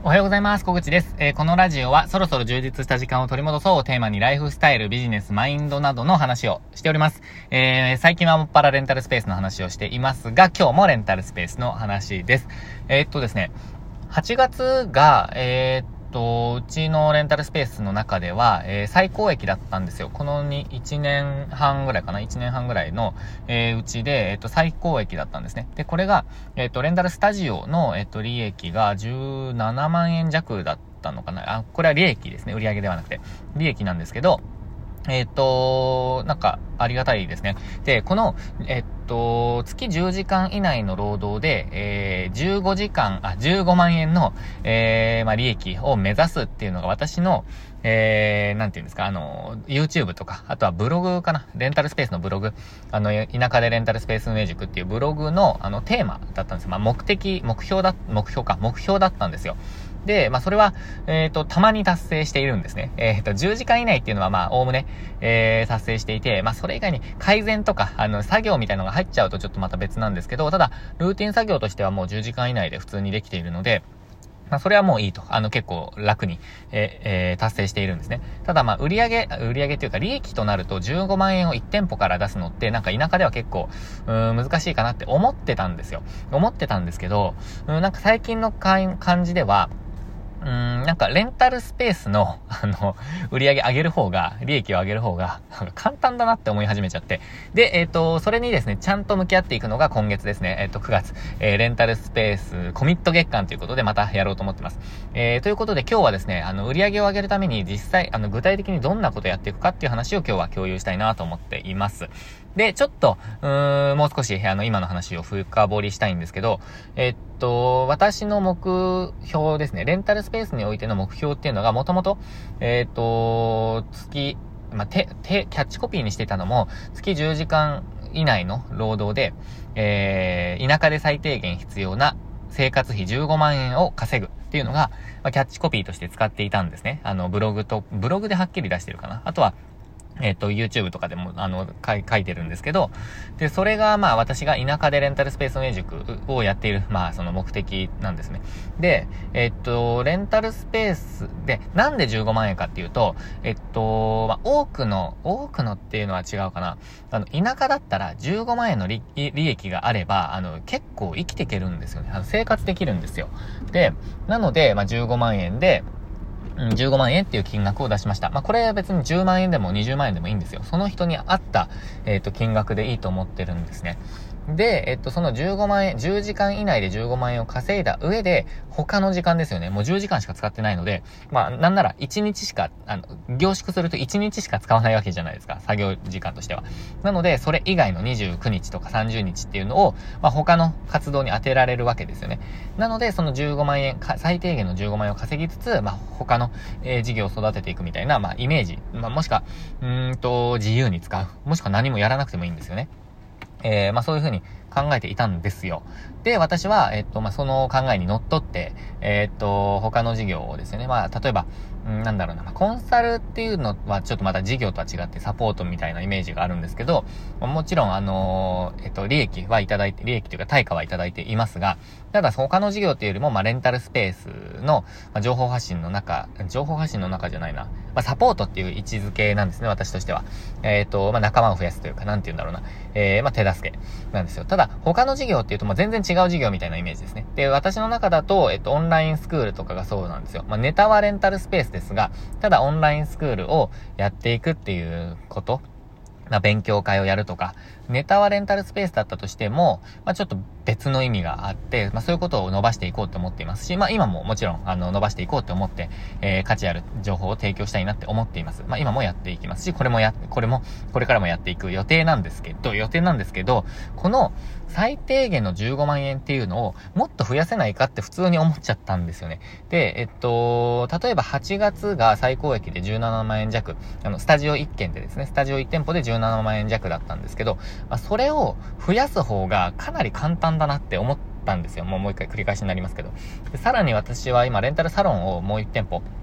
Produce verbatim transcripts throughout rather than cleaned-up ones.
おはようございます。小口です。えー、このラジオはそろそろ充実した時間を取り戻そうをテーマにライフスタイル、ビジネス、マインドなどの話をしております。えー、最近はもっぱらレンタルスペースの話をしていますが、今日もレンタルスペースの話です。えー、っとですね、はちがつが、えー、っと、うちのレンタルスペースの中では、えー、最高益だったんですよ。このにいちねんはんぐらいかな ?いちねんはんぐらいの、えー、うちで、えー、っと、最高益だったんですね。で、これが、えー、っと、レンタルスタジオの、えー、っと、利益がじゅうななまんえん弱だったのかなあ、これは利益ですね。売上ではなくて。利益なんですけど、えっと、なんか、ありがたいですね。で、この、えっと、月じゅうじかん以内の労働で、えー、じゅうごじかん、あ、じゅうごまんえんの、えー、まあ、利益を目指すっていうのが私の、えー、なんていうんですか、あの、YouTube とか、あとはブログかな、レンタルスペースのブログ、あの、田舎でレンタルスペース運営塾っていうブログの、あの、テーマだったんですよ。まあ、目的、目標だ、目標か、目標だったんですよ。で、まあ、それは、えっと、たまに達成しているんですね。えっと、じゅうじかん以内っていうのは、まあ、おおむね、えー、達成していて、まあ、それ以外に改善とか、あの、作業みたいなのが入っちゃうとちょっとまた別なんですけど、ただ、ルーティン作業としてはもうじゅうじかん以内で普通にできているので、まあ、それはもういいと。あの、結構楽に、えーえー、達成しているんですね。ただ、まあ、売上、売上というか、利益となるとじゅうごまんえんをいち店舗から出すのって、なんか田舎では結構、うーん、難しいかなって思ってたんですよ。思ってたんですけど、うん、なんか最近の感じでは、うーん、なんかレンタルスペースの、あの、売り上げ上げる方が、利益を上げる方が、なんか簡単だなって思い始めちゃって。で、えっと、それにですね、ちゃんと向き合っていくのが今月ですね、えっと、くがつ、えー、レンタルスペースコミット月間ということでまたやろうと思ってます。えー、ということで今日はですね、あの、売り上げを上げるために実際、あの、具体的にどんなことをやっていくかっていう話を今日は共有したいなと思っています。で、ちょっと、うーん、もう少し、あの、今の話を深掘りしたいんですけど、えっと、私の目標ですね、レンタルスペースにおいての目標っていうのが、もともと、えっと、月、まあ、て、て、キャッチコピーにしてたのも、月じゅうじかん以内の労働で、えー、田舎で最低限必要な生活費じゅうごまんえんを稼ぐっていうのが、まあ、キャッチコピーとして使っていたんですね。あの、ブログと、ブログではっきり出してるかな。あとは、えっと、YouTube とかでも、あの、書い、書いてるんですけど、で、それが、まあ、私が田舎でレンタルスペース運営塾をやっている、まあ、その目的なんですね。で、えっと、レンタルスペースで、なんでじゅうごまんえんかっていうと、えっと、まあ、多くの、多くのっていうのは違うかな。あの、田舎だったらじゅうごまんえんの利、利益があれば、あの、結構生きていけるんですよね。あの、生活できるんですよ。で、なので、まあ、じゅうごまんえんで、じゅうごまんえんっていう金額を出しました。まあ、これは別にじゅうまんえんでもにじゅうまんえんでもいいんですよ。その人に合った、えっと、金額でいいと思ってるんですね。で、えっと、そのじゅうごまんえん、じゅうじかん以内でじゅうごまんえんを稼いだ上で、他の時間ですよね。もうじゅうじかんしか使ってないので、まあ、なんならいちにちしか、あの、凝縮するといちにちしか使わないわけじゃないですか。作業時間としては。なので、それ以外のにじゅうくにちとかさんじゅうにちっていうのを、まあ、他の活動に当てられるわけですよね。なので、そのじゅうごまんえん、最低限のじゅうごまんえんを稼ぎつつ、まあ、他の、えー、事業を育てていくみたいな、まあ、イメージ。まあ、もしくは、うーんと、自由に使う。もしくは何もやらなくてもいいんですよね。えー、まあそういうふうに考えていたんですよ。で、私は、えっと、まあその考えにのっとって、えっと、他の事業をですね、まあ例えば、んなんだろうな、まあ、コンサルっていうのはちょっとまた事業とは違ってサポートみたいなイメージがあるんですけど、もちろん、あのー、えっと、利益はいただいて、利益というか対価はいただいていますが、ただ他の事業っていうよりも、まあレンタルスペースの、まあ、情報発信の中、情報発信の中じゃないな、まあサポートっていう位置づけなんですね、私としては。えっと、まあ仲間を増やすというか、なんて言うんだろうな、えー、まあ手助けなんですよ。ただ、他の事業っていうと、まあ全然違う事業みたいなイメージですね。で、私の中だと、えっと、オンラインスクールとかがそうなんですよ。まあネタはレンタルスペースですが、ただオンラインスクールをやっていくっていうこと、まあ、勉強会をやるとか、ネタはレンタルスペースだったとしても、まあ、ちょっと別の意味があって、まあ、そういうことを伸ばしていこうと思っていますし、まあ、今ももちろん、あの、伸ばしていこうと思って、えー、価値ある情報を提供したいなって思っています。まあ、今もやっていきますし、これもや、これも、これからもやっていく予定なんですけど、予定なんですけど、この最低限のじゅうごまんえんっていうのをもっと増やせないかって普通に思っちゃったんですよね。で、えっと、例えばはちがつが最高益でじゅうななまんえん弱、あの、スタジオいっけんでですね、スタジオいち店舗でじゅうななまんえん弱だったんですけど、まあ、それを増やす方がかなり簡単だなって思ったんですよ。もうもう一回繰り返しになりますけど。でさらに私は今レンタルサロンをもういち店舗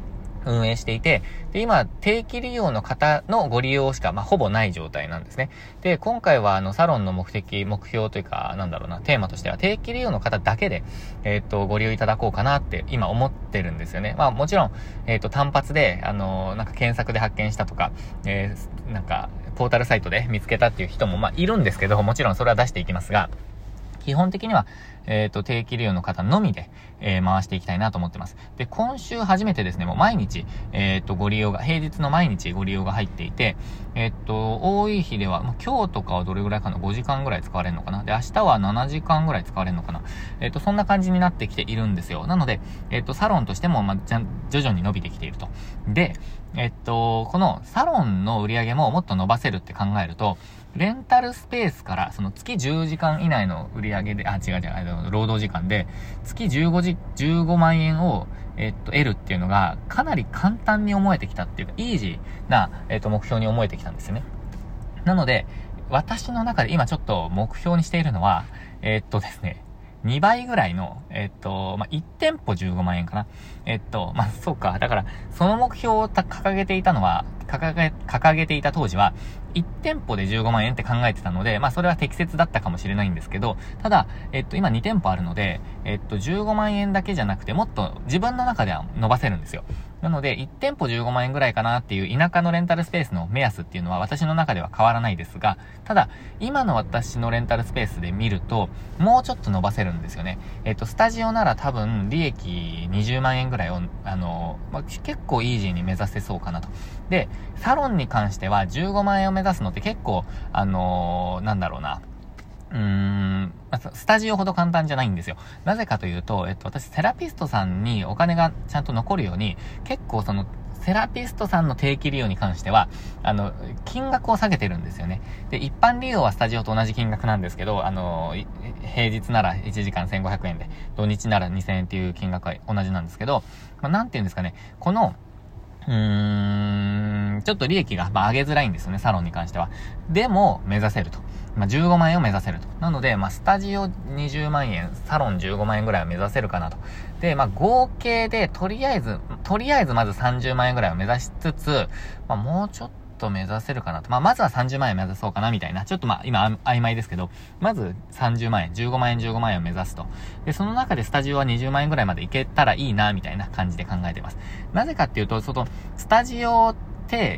運営していて、で、今、定期利用の方のご利用しか、まあ、ほぼない状態なんですね。で、今回は、あの、サロンの目的、目標というか、なんだろうな、テーマとしては、定期利用の方だけで、えっと、ご利用いただこうかなって、今思ってるんですよね。まあ、もちろん、えっと、単発で、あの、なんか検索で発見したとか、えー、なんか、ポータルサイトで見つけたっていう人も、まあ、いるんですけど、もちろんそれは出していきますが、基本的には、えっと、定期利用の方のみで、えー、回していきたいなと思ってます。で、今週初めてですね、もう毎日、えっと、ご利用が、平日の毎日ご利用が入っていて、えっと、多い日では、もう今日とかはどれぐらいかな ?ごじかんぐらい使われるのかなで、明日はななじかんぐらい使われるのかなえっと、そんな感じになってきているんですよ。なので、えっと、サロンとしても、まあ、じゃ、徐々に伸びてきていると。で、えっと、このサロンの売り上げももっと伸ばせるって考えると、レンタルスペースから、その月じゅうじかん以内の売り上げで、あ、違う違う、労働時間で、月じゅうごじ、じゅうごまん円を、えっと、得るっていうのが、かなり簡単に思えてきたっていうか、イージーな、えっと、目標に思えてきたんですよね。なので、私の中で今ちょっと目標にしているのは、えっとですね、にばいぐらいの、えっと、まあ、いち店舗じゅうごまん円かな。えっと、まあ、そうか。だから、その目標を掲げていたのは、掲げ、掲げていた当時は、いち店舗でじゅうごまん円って考えてたので、まあ、それは適切だったかもしれないんですけど、ただ、えっと、今に店舗あるので、えっと、じゅうごまん円だけじゃなくて、もっと自分の中では伸ばせるんですよ。なので、いち店舗じゅうごまん円ぐらいかなっていう田舎のレンタルスペースの目安っていうのは私の中では変わらないですが、ただ、今の私のレンタルスペースで見ると、もうちょっと伸ばせるんですよね。えっと、スタジオなら多分、利益にじゅうまん円ぐらいを、あの、まあ、結構イージーに目指せそうかなと。で、サロンに関してはじゅうごまん円を目指すのって結構、あのー、なんだろうな。うーん、スタジオほど簡単じゃないんですよ。なぜかというと、えっと、私、セラピストさんにお金がちゃんと残るように、結構その、セラピストさんの定期利用に関しては、あの、金額を下げてるんですよね。で、一般利用はスタジオと同じ金額なんですけど、あの、平日ならいちじかんせんごひゃくえんで、土日ならにせんえんっていう金額は同じなんですけど、まあ、なんていうんですかね、この、うーん、ちょっと利益が、まあ、上げづらいんですよね、サロンに関しては。でも、目指せると。まあ、じゅうごまん円を目指せると。なので、まあ、スタジオにじゅうまん円、サロンじゅうごまん円ぐらいは目指せるかなと。で、まあ、合計で、とりあえず、とりあえずまずさんじゅうまん円ぐらいを目指しつつ、まあ、もうちょっと目指せるかなと。まあ、まずはさんじゅうまん円目指そうかな、みたいな。ちょっとまあ、今、曖昧ですけど、まずさんじゅうまん円、じゅうごまん円、じゅうごまん円を目指すと。で、その中でスタジオはにじゅうまん円ぐらいまでいけたらいいな、みたいな感じで考えてます。なぜかっていうと、その、スタジオって、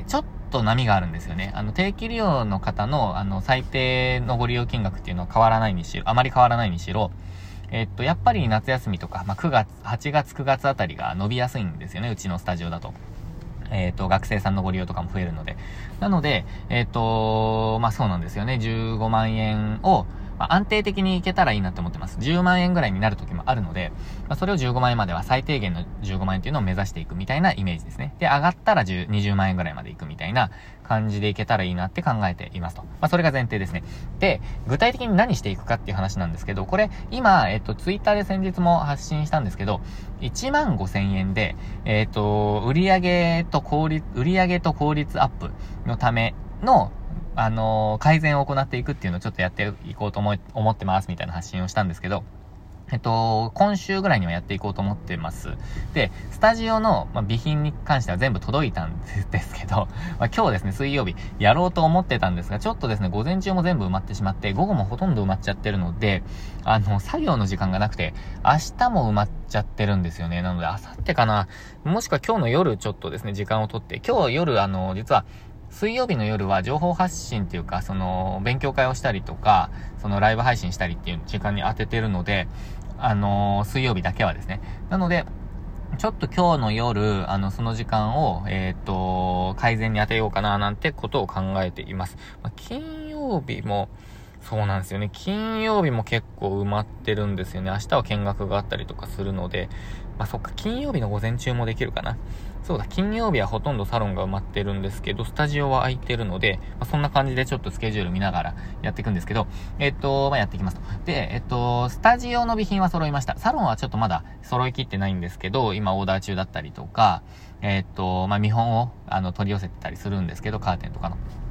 ちょっと波があるんですよね。あの、定期利用の方の、あの、最低のご利用金額っていうのは変わらないにしろ、あまり変わらないにしろ、えっと、やっぱり夏休みとか、まあ、くがつ、はちがつ、くがつあたりが伸びやすいんですよね、うちのスタジオだと。えっと、学生さんのご利用とかも増えるので。なので、えっと、まあ、そうなんですよね。じゅうごまん円を、まあ、安定的にいけたらいいなって思ってます。じゅうまん円ぐらいになる時もあるので、まあ、それをじゅうごまん円までは最低限のじゅうごまん円っていうのを目指していくみたいなイメージですね。で、上がったらじゅう、にじゅうまん円ぐらいまでいくみたいな感じでいけたらいいなって考えていますと。まあ、それが前提ですね。で、具体的に何していくかっていう話なんですけど、これ、今、えっと、ツイッターで先日も発信したんですけど、いちまんごせん円で、えっと、売上と効率、売上と効率アップのための、あのー、改善を行っていくっていうのをちょっとやっていこうと思い、思ってますみたいな発信をしたんですけど、えっと、今週ぐらいにはやっていこうと思ってます。で、スタジオの、まあ、備品に関しては全部届いたんですけど、まあ、今日ですね、水曜日、やろうと思ってたんですが、ちょっとですね、午前中も全部埋まってしまって、午後もほとんど埋まっちゃってるので、あの、作業の時間がなくて、明日も埋まっちゃってるんですよね。なので、明後日かな、もしくは今日の夜ちょっとですね、時間をとって、今日夜、あの、実は、水曜日の夜は情報発信っていうか、その、勉強会をしたりとか、そのライブ配信したりっていう時間に当ててるので、あのー、水曜日だけはですね。なので、ちょっと今日の夜、あの、その時間を、えっと、改善に当てようかな、なんてことを考えています。まあ、金曜日も、そうなんですよね。金曜日も結構埋まってるんですよね。明日は見学があったりとかするので、まあ、そっか、金曜日の午前中もできるかな。そうだ、金曜日はほとんどサロンが埋まってるんですけど、スタジオは空いてるので、まあ、そんな感じでちょっとスケジュール見ながらやっていくんですけど、えっと、まあ、やっていきますと。で、えっと、スタジオの備品は揃いました。サロンはちょっとまだ揃いきってないんですけど、今オーダー中だったりとか、えっと、まあ、見本を、あの、取り寄せてたりするんですけど、カーテンとかの。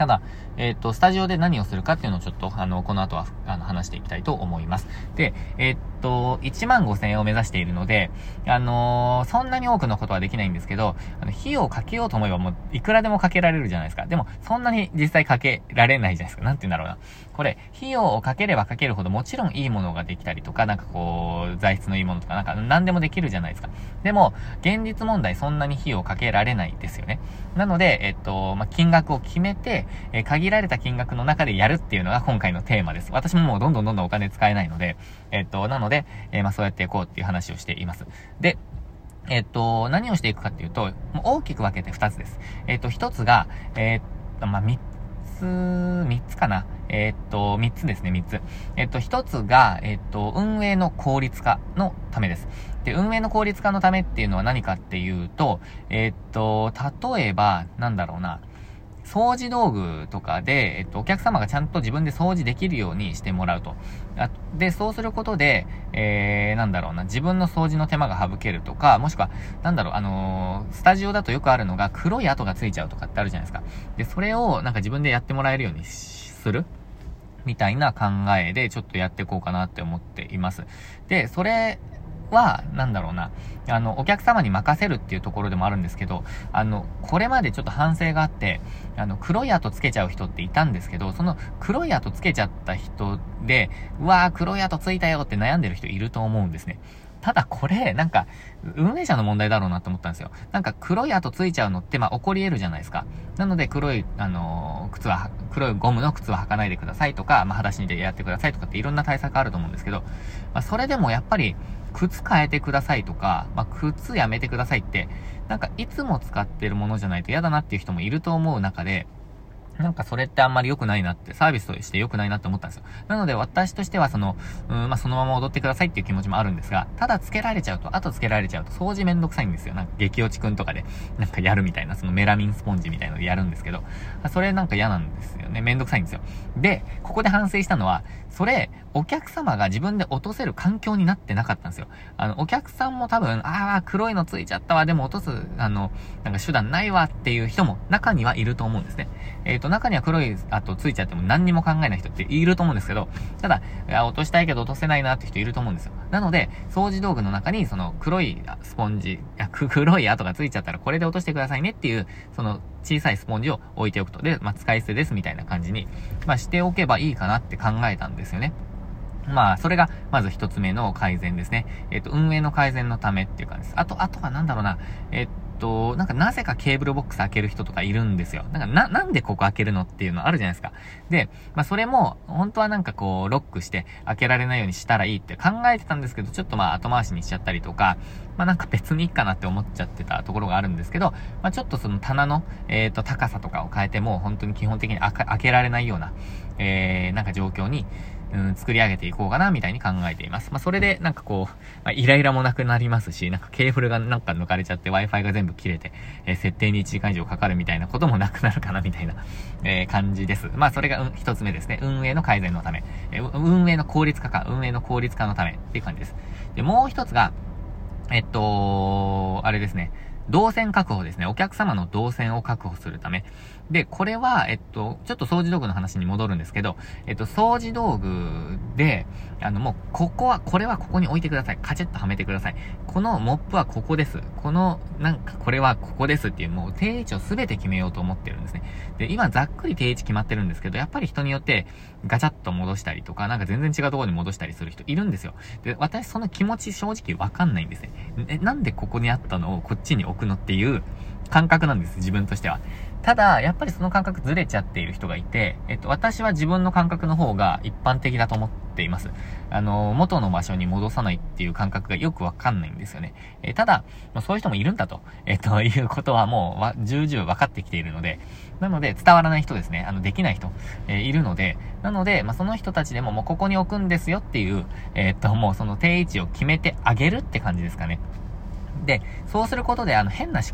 ただ、えっと、スタジオで何をするかっていうのをちょっと、あの、この後は、あの、話していきたいと思います。で、えっと、いちまんごせんえんを目指しているので、あのー、そんなに多くのことはできないんですけど、あの、費用をかけようと思えばもう、いくらでもかけられるじゃないですか。でも、そんなに実際かけられないじゃないですか。なんて言うんだろうな。これ、費用をかければかけるほど、もちろんいいものができたりとか、なんかこう、材質のいいものとか、なんか何でもできるじゃないですか。でも、現実問題そんなに費用をかけられないですよね。なので、えっと、まあ、金額を決めて、えー、限られた金額の中でやるっていうのが今回のテーマです。私ももうどんどんどんどんお金使えないので、えっと、なので、えー、まあ、そうやっていこうっていう話をしています。で、えっと、何をしていくかっていうと、もう大きく分けてふたつです。えっと、ひとつが、えー、っと、まあ、みっつ、みっつかな。えー、っと、みっつですね、みっつ。えっと、ひとつが、えっと、運営の効率化のためです。で、運営の効率化のためっていうのは何かっていうと、えっと、例えば、なんだろうな、掃除道具とかで、えっと、お客様がちゃんと自分で掃除できるようにしてもらうと。あで、そうすることで、えー、なんだろうな、自分の掃除の手間が省けるとか、もしくは、なんだろう、あのー、スタジオだとよくあるのが黒い跡がついちゃうとかってあるじゃないですか。で、それをなんか自分でやってもらえるようにするみたいな考えでちょっとやっていこうかなって思っています。で、それ、は、なんだろうな、あの、お客様に任せるっていうところでもあるんですけど、あの、これまでちょっと反省があって、あの、黒い跡つけちゃう人っていたんですけど、その黒い跡つけちゃった人で、うわー黒い跡ついたよって悩んでる人いると思うんですね。ただこれ、なんか、運営者の問題だろうなと思ったんですよ。なんか黒い跡ついちゃうのって、まあ、起こり得るじゃないですか。なので、黒い、あのー、靴は、黒いゴムの靴は履かないでくださいとか、まあ、裸足でやってくださいとかっていろんな対策あると思うんですけど、まあ、それでもやっぱり、靴変えてくださいとか、まあ、靴やめてくださいって、なんかいつも使ってるものじゃないと嫌だなっていう人もいると思う中で、なんかそれってあんまり良くないなって、サービスとして良くないなって思ったんですよ。なので私としてはその、うん、まあ、そのまま踊ってくださいっていう気持ちもあるんですが、ただつけられちゃうと、あとつけられちゃうと掃除めんどくさいんですよ。なんか激落ちくんとかで、なんかやるみたいな、そのメラミンスポンジみたいのでやるんですけど、それなんか嫌なんですよね。めんどくさいんですよ。で、ここで反省したのは、それ、お客様が自分で落とせる環境になってなかったんですよ。あの、お客さんも多分、ああ、黒いのついちゃったわ、でも落とす、あの、なんか手段ないわっていう人も中にはいると思うんですね。えっと、中には黒い跡ついちゃっても何にも考えない人っていると思うんですけど、ただ、いや落としたいけど落とせないなって人いると思うんですよ。なので、掃除道具の中にその黒いスポンジ、いや黒い跡がついちゃったらこれで落としてくださいねっていう、その小さいスポンジを置いておくと。で、まあ、使い捨てですみたいな感じに、まあ、しておけばいいかなって考えたんですよね。まあ、それが、まず一つ目の改善ですね。えっと、運営の改善のためっていう感じです。あと、あとはなんだろうな。えっと、なんかなぜかケーブルボックス開ける人とかいるんですよ。なんか、な、なんでここ開けるのっていうのあるじゃないですか。で、まあ、それも、本当はなんかこう、ロックして開けられないようにしたらいいって考えてたんですけど、ちょっとまあ、後回しにしちゃったりとか、まあ、なんか別にいいかなって思っちゃってたところがあるんですけど、まあ、ちょっとその棚の、えっと、高さとかを変えても、本当に基本的に開けられないような、えー、なんか状況に、うん、作り上げていこうかな、みたいに考えています。まあ、それで、なんかこう、まあ、イライラもなくなりますし、なんかケーブルがなんか抜かれちゃって Wi-Fi が全部切れて、えー、設定にいちじかん以上かかるみたいなこともなくなるかな、みたいな、えー、感じです。まあ、それが、うん、一つ目ですね。運営の改善のため。えー、運営の効率化か、運営の効率化のためっていう感じです。で、もう一つが、えっと、あれですね。動線確保ですね。お客様の動線を確保するため。で、これは、えっと、ちょっと掃除道具の話に戻るんですけど、えっと、掃除道具で、あの、もう、ここは、これはここに置いてください。カチッとはめてください。このモップはここです。この、なんか、これはここですっていう、もう、定位置をすべて決めようと思ってるんですね。で、今、ざっくり定位置決まってるんですけど、やっぱり人によって、ガチャッと戻したりとか、なんか全然違うところに戻したりする人いるんですよ。で、私、その気持ち正直わかんないんですね。え、なんでここにあったのをこっちに置くのっていう、感覚なんです、自分としては。ただ、やっぱりその感覚ずれちゃっている人がいて、えっと、私は自分の感覚の方が一般的だと思っています。あの、元の場所に戻さないっていう感覚がよくわかんないんですよね。えー、ただ、そういう人もいるんだと、えっと、いうことはもう、わ、重々分かってきているので、なので、伝わらない人ですね。あの、できない人、えー、いるので、なので、まあ、その人たちでももうここに置くんですよっていう、えー、っと、もうその定位置を決めてあげるって感じですかね。で、そうすることで、あの、変な思考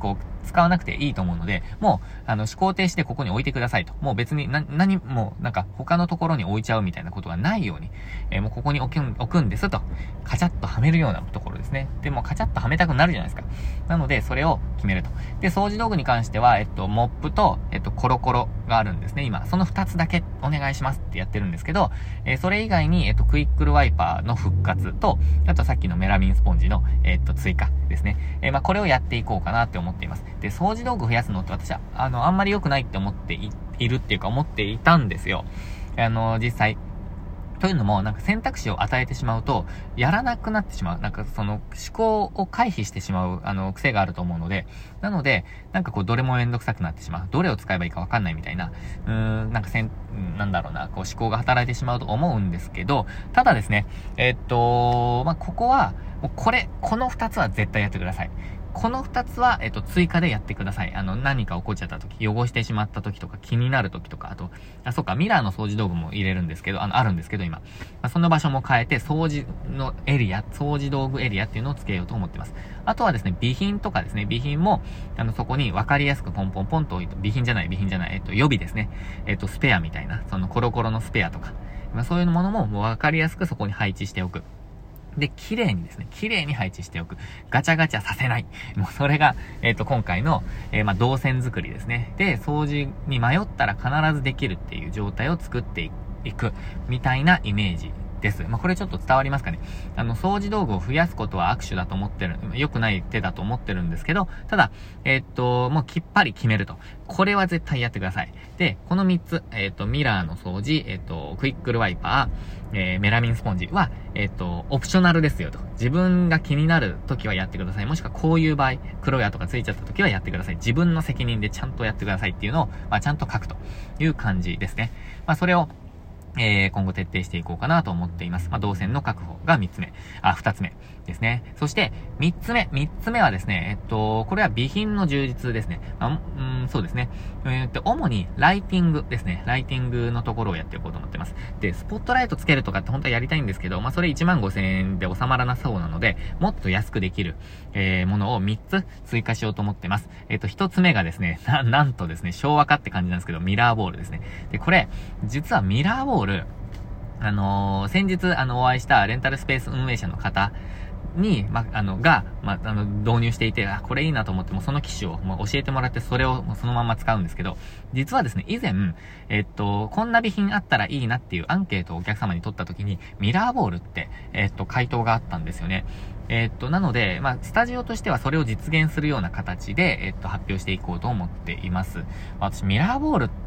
使わなくていいと思うので、もう、あの、思考停止でここに置いてくださいと。もう別にな、何も、なんか他のところに置いちゃうみたいなことがないように、えー、もうここに置くん、置くんですと、カチャッとはめるようなところですね。でもカチャッとはめたくなるじゃないですか。なので、それを決めると。で、掃除道具に関しては、えっと、モップと、えっと、コロコロがあるんですね、今。その二つだけお願いしますってやってるんですけど、えー、それ以外に、えっと、クイックルワイパーの復活と、あとさっきのメラミンスポンジの、えっと、追加ですね。えー、まあ、これをやっていこうかなって思っています。で、掃除道具増やすのって私は、あの、あんまり良くないって思って い, いるっていうか思っていたんですよ。あの、実際。というのも、なんか選択肢を与えてしまうと、やらなくなってしまう。なんかその思考を回避してしまう、あの、癖があると思うので、なので、なんかこう、どれもめんどくさくなってしまう。どれを使えばいいかわかんないみたいな、うーん、なんかせん、なんだろうな、こう思考が働いてしまうと思うんですけど、ただですね、えっと、まあ、ここは、もうこれ、この二つは絶対やってください。この二つは、えっと、追加でやってください。あの、何か起こっちゃった時、汚してしまった時とか、気になる時とか、あと、あ、そうか、ミラーの掃除道具も入れるんですけど、あの、あるんですけど、今。まあ、その場所も変えて、掃除のエリア、掃除道具エリアっていうのをつけようと思ってます。あとはですね、備品とかですね、備品も、あの、そこに分かりやすくポンポンポンと置いて、備品じゃない、備品じゃない、えっと、予備ですね。えっと、スペアみたいな、そのコロコロのスペアとか、まあ、そういうものも、もう分かりやすくそこに配置しておく。で、綺麗にですね、綺麗に配置しておく。ガチャガチャさせない。もうそれが、えっと、今回の、えー、まあ、動線作りですね。で、掃除に迷ったら必ずできるっていう状態を作っていく、みたいなイメージです。まあ、これちょっと伝わりますかね。あの、掃除道具を増やすことは握手だと思ってる、良くない手だと思ってるんですけど、ただ、えっと、もうきっぱり決めると。これは絶対やってください。で、このみっつ、えっと、ミラーの掃除、えっと、クイックルワイパー、えー、メラミンスポンジは、えっと、オプショナルですよと。自分が気になる時はやってください。もしくはこういう場合、黒い跡がついちゃった時はやってください。自分の責任でちゃんとやってくださいっていうのを、まあ、ちゃんと書くという感じですね。まあ、それを、えー、今後徹底していこうかなと思っています。まあ、動線の確保がみっつめ。あ、ふたつめですね。そして、みっつめ。みっつめはですね、えっと、これは備品の充実ですね。まあ、うん、そうですね。えー、っと、主にライティングですね。ライティングのところをやっていこうと思ってます。で、スポットライトつけるとかって本当はやりたいんですけど、まあ、それいちまんごせんえんで収まらなそうなので、もっと安くできる、えー、ものをみっつ追加しようと思ってます。えっと、ひとつめがですね、な、なんとですね、昭和化って感じなんですけど、ミラーボールですね。で、これ、実はミラーボール、あのー、先日、あの、お会いしたレンタルスペース運営者の方に、ま、あの、が、ま、あの、導入していて、あ、これいいなと思って、もうその機種を、もう教えてもらって、それをもうそのまま使うんですけど、実はですね、以前、えっと、こんな備品あったらいいなっていうアンケートをお客様に取った時に、ミラーボールって、えっと、回答があったんですよね。えっと、なので、まあ、スタジオとしてはそれを実現するような形で、えっと、発表していこうと思っています。私、ミラーボールって、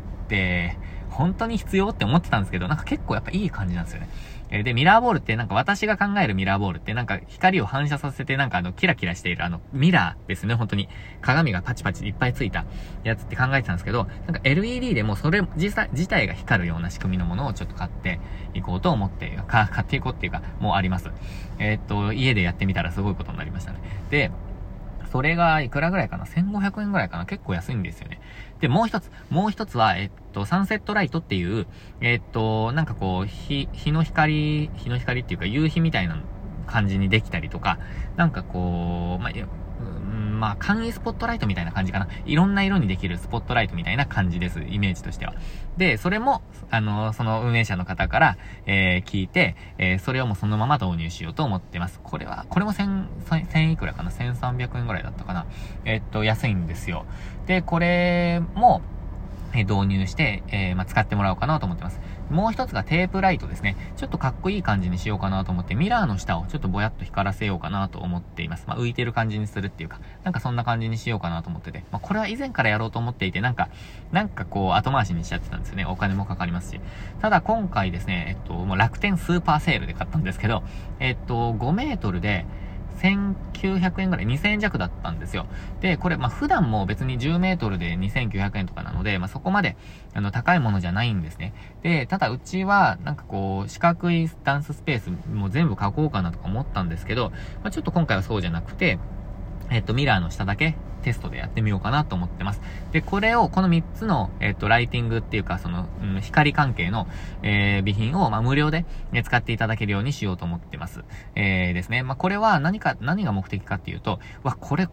本当に必要って思ってたんですけど、なんか結構やっぱいい感じなんですよね。えー、で、ミラーボールってなんか私が考えるミラーボールってなんか光を反射させてなんかあのキラキラしているあのミラーですね、本当に。鏡がパチパチいっぱいついたやつって考えてたんですけど、なんか エルイーディー でもそれ実際、自体が光るような仕組みのものをちょっと買っていこうと思って、か、買っていこうっていうか、もうあります。えー、っと、家でやってみたらすごいことになりましたね。で、それがいくらぐらいかな ?せんごひゃくえんぐらいかな、結構安いんですよね。で、もう一つ、もう一つは、えっと、サンセットライトっていう、えっと、なんかこう、日、日の光、日の光っていうか夕日みたいな感じにできたりとか、なんかこう、まあ、まあ、簡易スポットライトみたいな感じかな。いろんな色にできるスポットライトみたいな感じです。イメージとしては。で、それも、あの、その運営者の方から、えー、聞いて、えー、それをもうそのまま導入しようと思ってます。これは、これも千、千いくらかな ?せんさんびゃくえんぐらいだったかな。えー、っと、安いんですよ。で、これも、え導入して、えー、まあ、使ってもらおうかなと思ってます。もう一つがテープライトですね。ちょっとかっこいい感じにしようかなと思って、ミラーの下をちょっとぼやっと光らせようかなと思っています。まあ、浮いてる感じにするっていうか、なんかそんな感じにしようかなと思ってて、まあ、これは以前からやろうと思っていて、なんか、なんかこう、後回しにしちゃってたんですよね。お金もかかりますし。ただ今回ですね、えっと、もう楽天スーパーセールで買ったんですけど、えっと、ごメートルで、せんきゅうひゃくえんぐらい、にせんえん弱だったんですよ。で、これ、まあ、普段も別にじゅうメートルでにせんきゅうひゃくえんとかなので、まあ、そこまで、あの、高いものじゃないんですね。で、ただ、うちは、なんかこう、四角いダンススペースも全部囲おうかなとか思ったんですけど、まあ、ちょっと今回はそうじゃなくて、えっと、ミラーの下だけテストでやってみようかなと思ってます。で、これを、このみっつの、えっと、ライティングっていうか、その、うん、光関係の、えー、備品を、まあ、無料で、ね、使っていただけるようにしようと思ってます。えー、ですね。まあ、これは何か、何が目的かっていうと、わ、これ、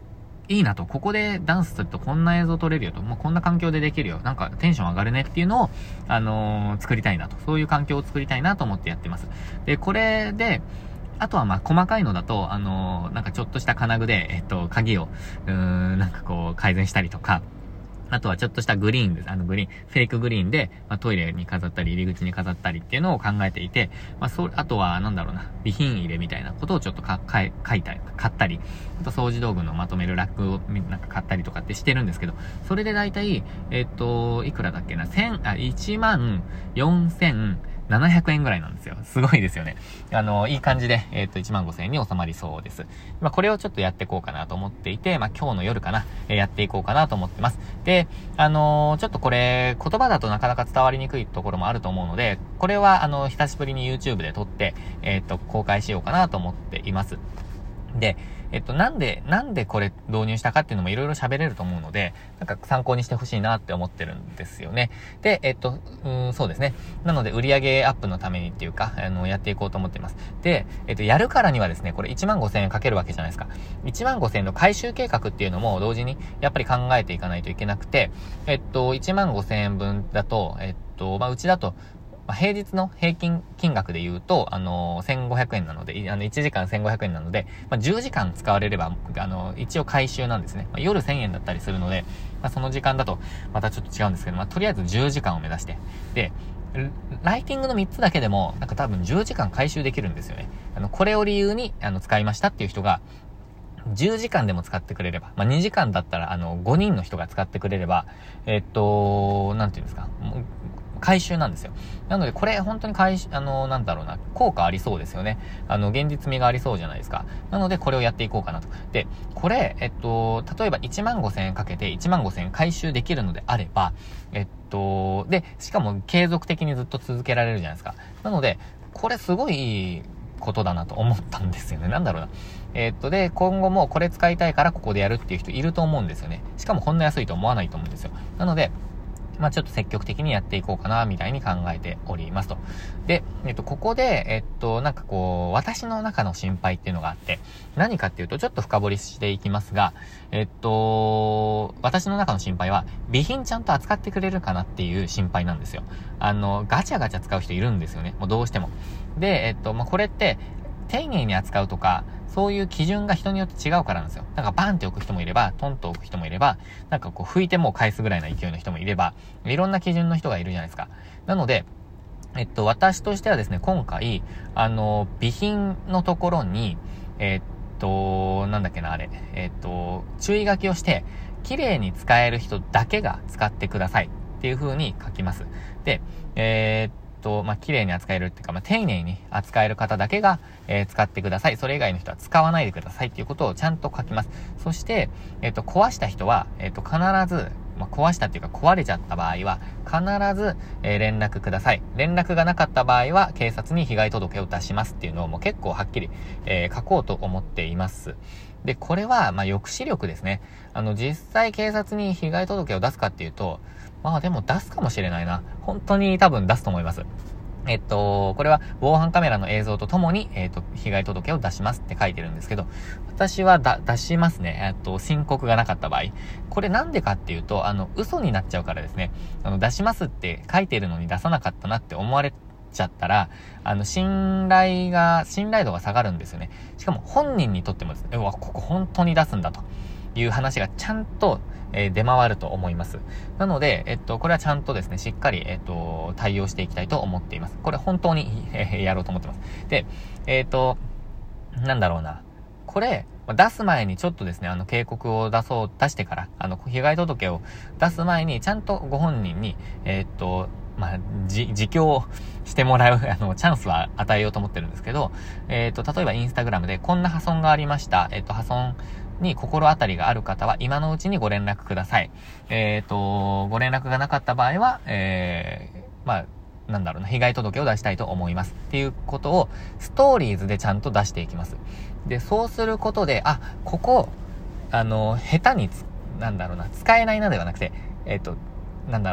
いいなと、ここでダンスするとこんな映像撮れるよと、もうこんな環境でできるよ、なんかテンション上がるねっていうのを、あのー、作りたいなと、そういう環境を作りたいなと思ってやってます。で、これで、あとはまあ細かいのだと、あのー、なんかちょっとした金具で、えっと、鍵を、うーん、なんかこう改善したりとか、あとはちょっとしたグリーンです。あのグリーン、フェイクグリーンで、まあ、トイレに飾ったり、入り口に飾ったりっていうのを考えていて、まあ、そう、あとは、なんだろうな、備品入れみたいなことをちょっとか、かい、書いたり、買ったり、あと掃除道具のまとめるラックをなんか買ったりとかってしてるんですけど、それでだいたい、えっと、いくらだっけな、千、あ、いちまんよんせんななひゃくえんぐらいなんですよ。すごいですよね。あの、いい感じで、えっと、いちまんごせんえんに収まりそうです。まあ、これをちょっとやっていこうかなと思っていて、まあ、今日の夜かな、えー、やっていこうかなと思ってます。で、あのー、ちょっとこれ、言葉だとなかなか伝わりにくいところもあると思うので、これは、あの、久しぶりに YouTube で撮って、えっと、公開しようかなと思っています。で、えっと、なんで、なんでこれ導入したかっていうのもいろいろ喋れると思うので、なんか参考にしてほしいなって思ってるんですよね。で、えっと、うーん、そうですね。なので、売上アップのためにっていうか、あの、やっていこうと思っています。で、えっと、やるからにはですね、これいちまんごせんえんかけるわけじゃないですか。いちまんごせんえんの回収計画っていうのも同時に、やっぱり考えていかないといけなくて、えっと、いちまんごせんえんぶんだと、えっと、まあ、うちだと、まあ、平日の平均金額で言うと、あのー、せんごひゃくえんなので、あの、いちじかんせんごひゃくえんなので、まあ、じゅうじかん使われれば、あのー、一応回収なんですね。まあ、夜せんえんだったりするので、まあ、その時間だと、またちょっと違うんですけど、まあ、とりあえずじゅうじかんを目指して。で、ライティングのみっつだけでも、なんか多分じゅうじかん回収できるんですよね。あの、これを理由に、あの、使いましたっていう人が、じゅうじかんでも使ってくれれば、まあ、にじかんだったら、あの、ごにんの人が使ってくれれば、えっと、なんていうんですか、回収なんですよ。なので、これ本当に回収、あの、なんだろうな、効果ありそうですよね。あの、現実味がありそうじゃないですか。なので、これをやっていこうかなと。で、これ、えっと、例えばいちまんごせんえんかけていちまんごせんえん回収できるのであれば、えっと、で、しかも継続的にずっと続けられるじゃないですか。なので、これすごいいいことだなと思ったんですよね。なんだろうな。えー、っと、で、今後もこれ使いたいからここでやるっていう人いると思うんですよね。しかもこんな安いと思わないと思うんですよ。なので、まあちょっと積極的にやっていこうかな、みたいに考えておりますと。で、えっと、ここで、えっと、なんかこう、私の中の心配っていうのがあって、何かっていうと、ちょっと深掘りしていきますが、えっと、私の中の心配は、備品ちゃんと扱ってくれるかなっていう心配なんですよ。あの、ガチャガチャ使う人いるんですよね。もうどうしても。で、えっと、まあこれって、丁寧に扱うとか、そういう基準が人によって違うからなんですよ。なんかバンって置く人もいれば、トンと置く人もいれば、なんかこう拭いてもう返すぐらいな勢いの人もいれば、いろんな基準の人がいるじゃないですか。なので、えっと、私としてはですね、今回、あの、備品のところに、えっと、なんだっけな、あれ、えっと、注意書きをして、綺麗に使える人だけが使ってくださいっていう風に書きます。で、えー、っと、まあ、綺麗に扱えるっていうか、まあ、丁寧に扱える方だけが、えー、使ってください。それ以外の人は使わないでくださいっていうことをちゃんと書きます。そして、えっと、壊した人は、えっと、必ず、まあ、壊したっていうか壊れちゃった場合は、必ず、えー、連絡ください。連絡がなかった場合は、警察に被害届を出しますっていうのをもう結構はっきり、えー、書こうと思っています。で、これは、まあ、抑止力ですね。あの、実際警察に被害届を出すかっていうと、まあでも出すかもしれないな。本当に多分出すと思います。えっと、これは防犯カメラの映像とともに、えっと、被害届を出しますって書いてるんですけど、私はだ、出しますね。えっと、申告がなかった場合。これなんでかっていうと、あの、嘘になっちゃうからですね。あの、出しますって書いてるのに出さなかったなって思われちゃったら、あの、信頼が、信頼度が下がるんですよね。しかも本人にとってもですね、うわ、ここ本当に出すんだという話がちゃんと、えー、出回ると思います。なので、えっと、これはちゃんとですね、しっかり、えっと、対応していきたいと思っています。これ本当に、えー、やろうと思ってます。で、えっと、なんだろうな。これ、出す前にちょっとですね、あの、警告を出そう、出してから、あの、被害届を出す前に、ちゃんとご本人に、えっと、まあ、じ、自供してもらう、あの、チャンスは与えようと思ってるんですけど、えっと、例えばインスタグラムでこんな破損がありました。えっと、破損に心当たりがある方は今のうちにご連絡ください。えっと、ご連絡がなかった場合は、えー、まあ、なんだろうな、被害届を出したいと思います。っていうことを、ストーリーズでちゃんと出していきます。で、そうすることで、あ、ここ、あの、下手につ、なんだろうな、使えないなではなくて、えっと、なんだろう、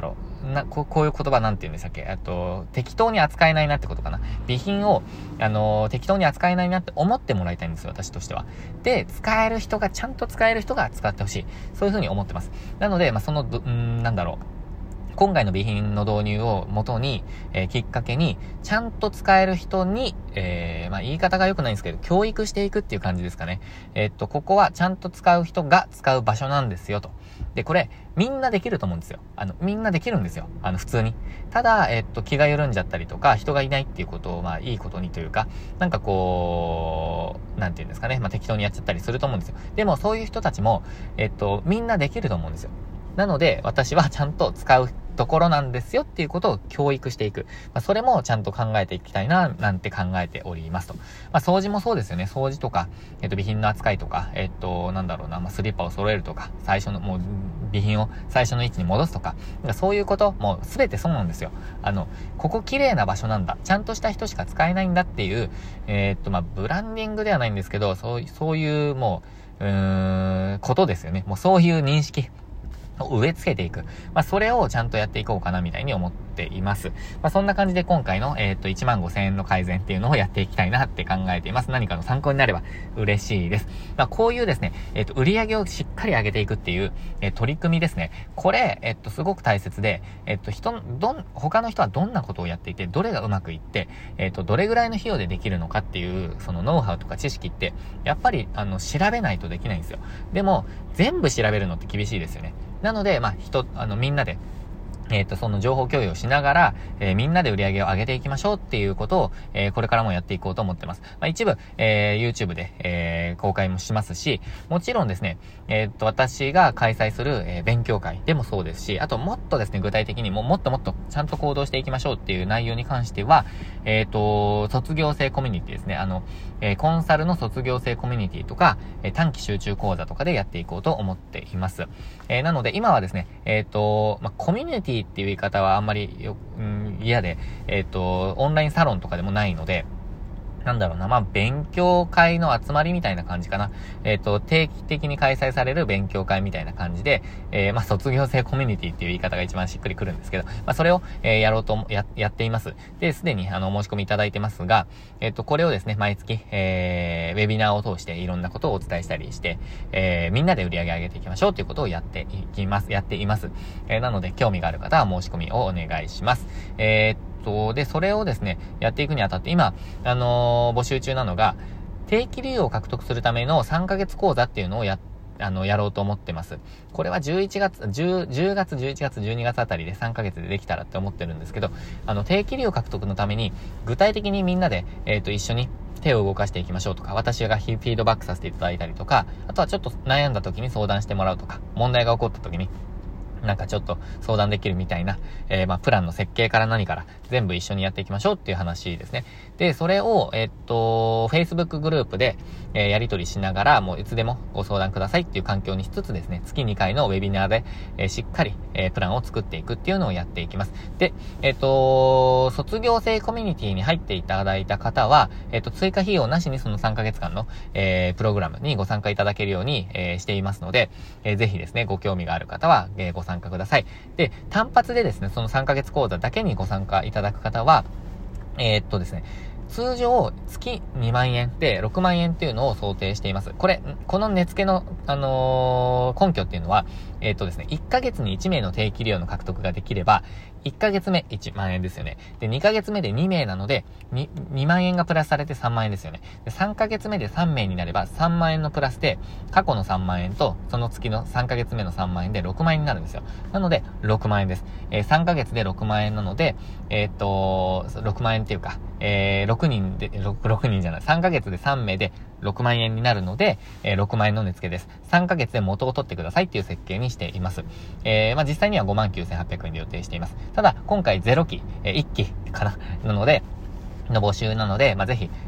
な、こう、こういう言葉なんて言うんでしたっけ？あと、適当に扱えないなってことかな。備品を、あのー、適当に扱えないなって思ってもらいたいんですよ、私としては。で、使える人が、ちゃんと使える人が使ってほしい。そういう風に思ってます。なので、まあ、その、ど、んーなんだろう。今回の備品の導入を元に、えー、きっかけに、ちゃんと使える人に、えー、まあ、言い方が良くないんですけど、教育していくっていう感じですかね。えー、っと、ここはちゃんと使う人が使う場所なんですよ、と。で、これ、みんなできると思うんですよ。あの、みんなできるんですよ。あの、普通に。ただ、えー、っと、気が緩んじゃったりとか、人がいないっていうことを、まあ、いいことにというか、なんかこう、なんていうんですかね。まあ、適当にやっちゃったりすると思うんですよ。でも、そういう人たちも、えー、っと、みんなできると思うんですよ。なので、私はちゃんと使うところなんですよっていうことを教育していく。まあ、それもちゃんと考えていきたいな、なんて考えておりますと。まあ、掃除もそうですよね。掃除とか、えっと、備品の扱いとか、えっと、なんだろうな、まあ、スリッパを揃えるとか、最初の、もう、備品を最初の位置に戻すとか、なんかそういうこと、もうすべてそうなんですよ。あの、ここ綺麗な場所なんだ。ちゃんとした人しか使えないんだっていう、えー、っと、まあ、ブランディングではないんですけど、そう、そういう、もう、うーん、ことですよね。もうそういう認識を植え付けていく。まあ、それをちゃんとやっていこうかな、みたいに思っています。まあ、そんな感じで今回の、えっと、いちまんごせんえんの改善っていうのをやっていきたいなって考えています。何かの参考になれば嬉しいです。まあ、こういうですね、えっと、売り上げをしっかり上げていくっていう、えー、取り組みですね。これ、えっと、すごく大切で、えっと、人、どん、他の人はどんなことをやっていて、どれがうまくいって、えっと、どれぐらいの費用でできるのかっていう、そのノウハウとか知識って、やっぱり、あの、調べないとできないんですよ。でも、全部調べるのって厳しいですよね。なので、まあ、人、あの、みんなで、えっと、その情報共有をしながら、えー、みんなで売り上げを上げていきましょうっていうことを、えー、これからもやっていこうと思ってます。まあ、一部、えー、YouTube で、えー、公開もしますし、もちろんですね、えー、っと、私が開催する、えー、勉強会でもそうですし、あともっとですね、具体的にももっともっとちゃんと行動していきましょうっていう内容に関しては、えー、っと、卒業生コミュニティですね。あの、えー、コンサルの卒業生コミュニティとか、えー、短期集中講座とかでやっていこうと思っています。えー、なので今はですね、えー、っと、まあ、コミュニティっていう言い方はあんまりよ、うん、嫌で、えっと、オンラインサロンとかでもないので、なんだろうな、まあ、勉強会の集まりみたいな感じかな。えっと、定期的に開催される勉強会みたいな感じで、えー、まあ、卒業生コミュニティっていう言い方が一番しっくりくるんですけど、まあ、それを、えー、やろうと、や、やっています。で、すでに、あの、お申し込みいただいてますが、えっと、これをですね、毎月、えー、ウェビナーを通していろんなことをお伝えしたりして、えー、みんなで売り上げ上げていきましょうということをやっていきます、やっています。えー、なので、興味がある方は申し込みをお願いします。えーで、それをですね、やっていくにあたって、今、あのー、募集中なのが、定期利用を獲得するためのさんかげつ講座っていうのをや、あの、やろうと思ってます。これはじゅういちがつ、10、じゅうがつ、じゅういちがつ、じゅうにがつあたりでさんかげつでできたらって思ってるんですけど、あの、定期利用獲得のために、具体的にみんなで、えっと、一緒に手を動かしていきましょうとか、私がフィードバックさせていただいたりとか、あとはちょっと悩んだ時に相談してもらうとか、問題が起こった時に、なんかちょっと相談できるみたいな、えー、まあ、プランの設計から何から全部一緒にやっていきましょうっていう話ですね。で、それを、えー、っと、Facebook グループで、えー、やり取りしながら、もういつでもご相談くださいっていう環境にしつつですね、月にかいのウェビナーで、えー、しっかり、えー、プランを作っていくっていうのをやっていきます。で、えー、っと、卒業生コミュニティに入っていただいた方は、えー、っと、追加費用なしにそのさんかげつかんの、えー、プログラムにご参加いただけるように、えー、していますので、えー、ぜひですね、ご興味がある方は、えー、ご参加参加ください。で、単発でですね、そのさんかげつ講座だけにご参加いただく方は、えー、っとですね、通常月にまんえんでろくまんえんっていうのを想定しています。これ、この値付けの、あのー、根拠っていうのは、えー、っとですね、いっかげつにいちめいの定期利用の獲得ができれば、いっかげつめいちまんえんですよね。で、にかげつめでにめいなので、に、にまんえんがプラスされてさんまんえんですよね。で、さんかげつめでさんめいになればさんまんえんのプラスで、過去のさんまんえんと、その月のさんかげつめのさんまんえんでろくまんえんになるんですよ。なので、ろくまんえんです。えー、さんかげつでろくまんえんなので、えー、っと、ろくまんえんっていうか、えー、ろくにんで、6, ろくにんじゃない、さんかげつでさんめいでろくまんえんになるので、えー、ろくまんえんの値付けです。さんかげつで元を取ってくださいっていう設計にしています。えー、まあ、実際にはごまんきゅうせんはっぴゃくえんで予定しています。ただ、今回ゼロき、えー、いっきかな、なので、の募集なので、まあ、ぜひ、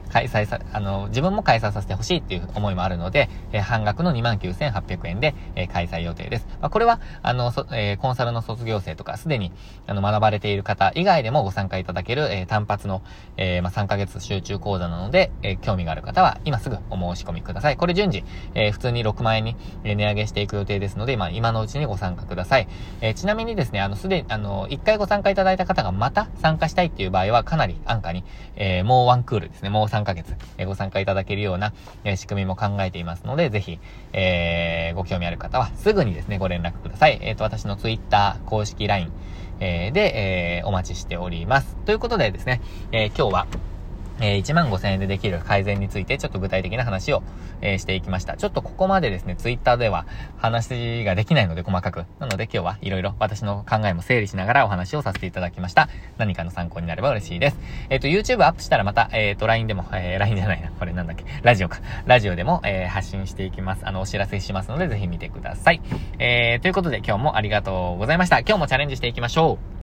開催さ、あの、自分も開催させてほしいっていう思いもあるので、えー、半額のにまんきゅうせんはっぴゃくえんで、えー、開催予定です。まあ、これは、あの、そえー、コンサルの卒業生とか、すでに、あの、学ばれている方以外でもご参加いただける、えー、単発の、えー、まあ、さんかげつ集中講座なので、えー、興味がある方は、今すぐお申し込みください。これ順次、えー、普通にろくまんえんに、えー、値上げしていく予定ですので、まあ、今のうちにご参加ください。えー、ちなみにですね、あの、すでに、あの、いっかいご参加いただいた方がまた参加したいっていう場合は、かなり安価に、えー、もうワンクールですね、もうさんかげつ、えー、ご参加いただけるような、えー、仕組みも考えていますので、ぜひ、えー、ご興味ある方は、すぐにですね、ご連絡ください。えっと、私のツイッター公式 ライン、えー、で、えー、お待ちしております。ということでですね、えー、今日は、えー、いちまんごせんえんでできる改善についてちょっと具体的な話を、えー、していきました。ちょっとここまでですね、ツイッターでは話ができないので細かく。なので今日はいろいろ私の考えも整理しながらお話をさせていただきました。何かの参考になれば嬉しいです。えっと、YouTube アップしたらまた、えっと、ライン でも、えー、ライン じゃないな。これなんだっけ。ラジオか。ラジオでも、えー、発信していきます。あの、お知らせしますのでぜひ見てください。えー、ということで今日もありがとうございました。今日もチャレンジしていきましょう。